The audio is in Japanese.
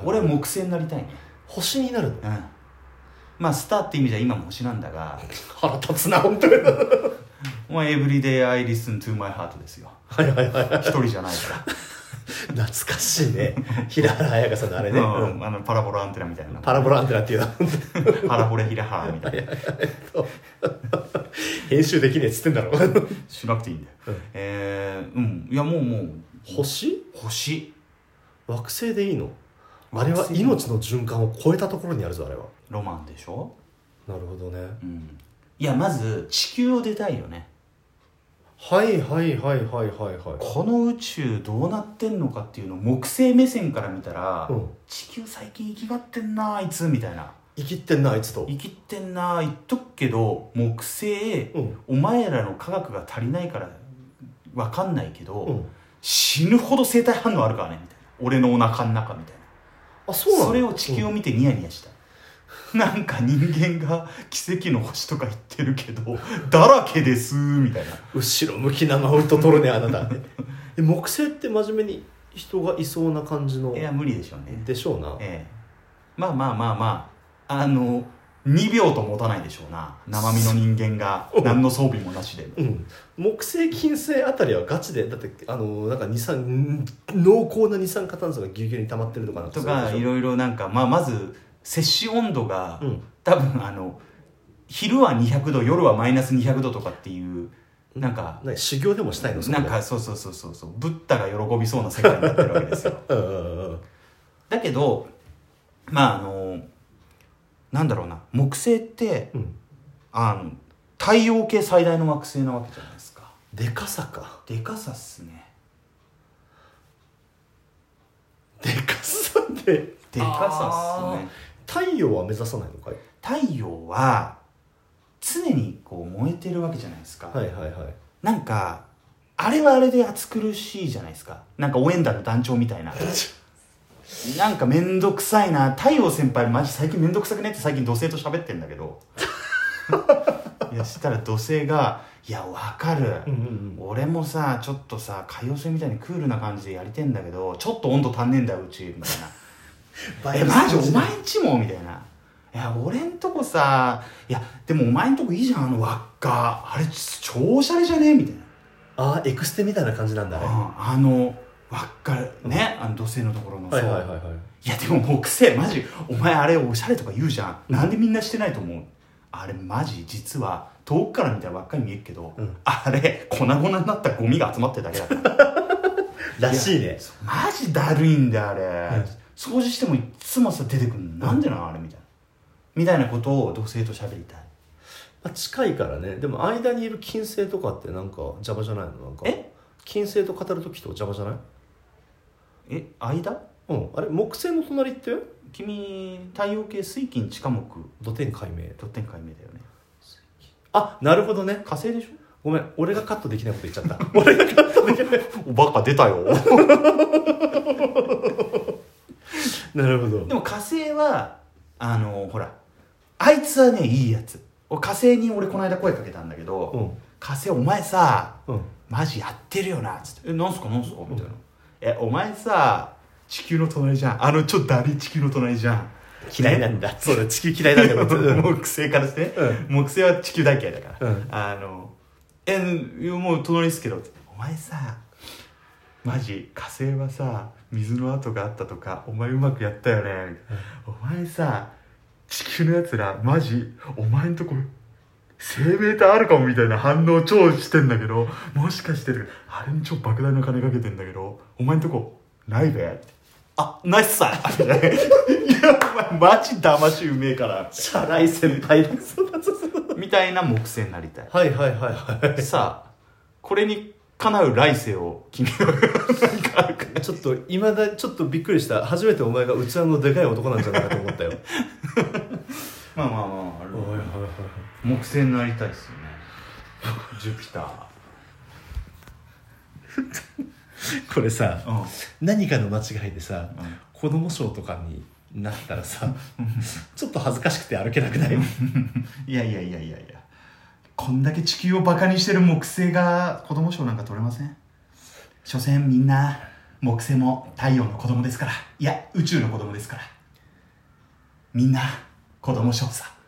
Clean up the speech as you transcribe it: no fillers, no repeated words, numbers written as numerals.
俺は木星になりたいね。 星になるの？ まあスターって意味じゃ今も星なんだが腹立つな本当にお前 Everyday I listen to my heart ですよ。 はいはいはい一人じゃないから懐かしいね平原綾香さんのあれね、 パラボラアンテナみたいなパラボラアンテナっていうのパラボレヒラハみたいな編集できねえっつってんだろしなくていいんだよ、いやもう星惑星でいいの？あれは命の循環を超えたところにあるぞ。あれはロマンでしょ。 なるほどね、 いやまず地球を出たいよね。 はいはいはいはいはいはい。 この宇宙どうなってんのかっていうのを木星目線から見たら、地球最近生きがってんなあいつみたいな。 生きってんなあいつと。 生きってんな言っとくけど木星、お前らの科学が足りないから分かんないけど、死ぬほど生体反応あるからねみたいな。俺のお腹の中みたいな。 あ、そうなの？ それを地球を見てニヤニヤした、なんか人間が奇跡の星とか言ってるけどだらけですみたいな。 後ろ向きなマウント取るねあなた木星って真面目に人がいそうな感じの。 いや無理でしょうね。 でしょうな。 まあ2秒と持たないでしょうな、生身の人間が何の装備もなしで、 木星金星あたりはガチで、だってなんか濃厚な二酸化炭素がギュギュに溜まってるとかなんかとかいろいろなんか、まず摂氏温度が、多分昼は200度夜はマイナス200度とかっていうなんか修行でもしたいの？ なんかそうブッダが喜びそうな世界になってるわけですよだけどなんだろうな、木星って、太陽系最大の惑星なわけじゃないですか。 でかさか。 でかさっすね。 でかさででかさっすね。 太陽は目指さないのかい？ 太陽は常にこう燃えてるわけじゃないですか。 はいはいはい。 なんかあれはあれで暑苦しいじゃないですか。なんか応援団の団長みたいななんかめんどくさいな。太陽先輩マジ最近めんどくさくねって最近土星と喋ってんだけどいやしたら土星がいやわかる、俺もさちょっとさ海洋星みたいにクールな感じでやりてんだけどちょっと温度足んねえんだようちみたいなマジお前んちもみたいな。いや俺んとこさいやでもお前んとこいいじゃん輪っかあれ超おしゃれじゃねみたいな。 エクステみたいな感じなんだね。 輪っかね、土星のところのはいはいはいはい。 いやでも木星マジお前あれおしゃれとか言うじゃん、なんでみんなしてないと思う？あれマジ実は遠くから見たら輪っかに見えるけど、あれ粉々になったゴミが集まってるだけだかららしいね。 マジだるいんだよあれ、掃除してもいつもさ出てくるのなんでなあれみたいなことを土星と喋りたい。 近いからね。でも間にいる金星とかってなんか邪魔じゃないの？なんか金星と語るときと邪魔じゃない？ 間？ あれ木星の隣って君太陽系水金地下木土天海明だよね。 なるほどね。 火星でしょ。 ごめん俺がカットできないこと言っちゃった俺がカットできないおバカ出たよなるほど。 でも火星はほらあいつはねいいやつ。火星に俺この間声かけたんだけど、火星お前さ、マジやってるよなっつってなんすかみたいな、お前さ地球の隣じゃん、ちょっとだり地球の隣じゃん。 嫌いなんだ、そうだ地球嫌いなんだ木星からしてね、木星は地球大嫌いだから、もう隣ですけど、お前さマジ火星はさ水の跡があったとかお前うまくやったよね、お前さ地球のやつらマジお前んとこ生命体あるかもみたいな反応超してんだけど、もしかしてあれに超莫大な金かけてんだけどお前んとこないべって、ナイスさいやお前マジ騙しうめえからチャラい先輩だみたいな木星になりたい。 はいはいはいはい。 さあこれに叶う来世を君はなんかあるかちょっと今だちょっとびっくりした。初めてお前が器のでかい男なんじゃないかと思ったよまあ木星になりたいっすよねジュピターこれさ、何かの間違いでさ、子供賞とかになったらさちょっと恥ずかしくて歩けなくないいやこんだけ地球をバカにしてる木星が子供賞なんか取れません。所詮みんな木星も太陽の子供ですから、いや宇宙の子供ですから、みんな子供少佐。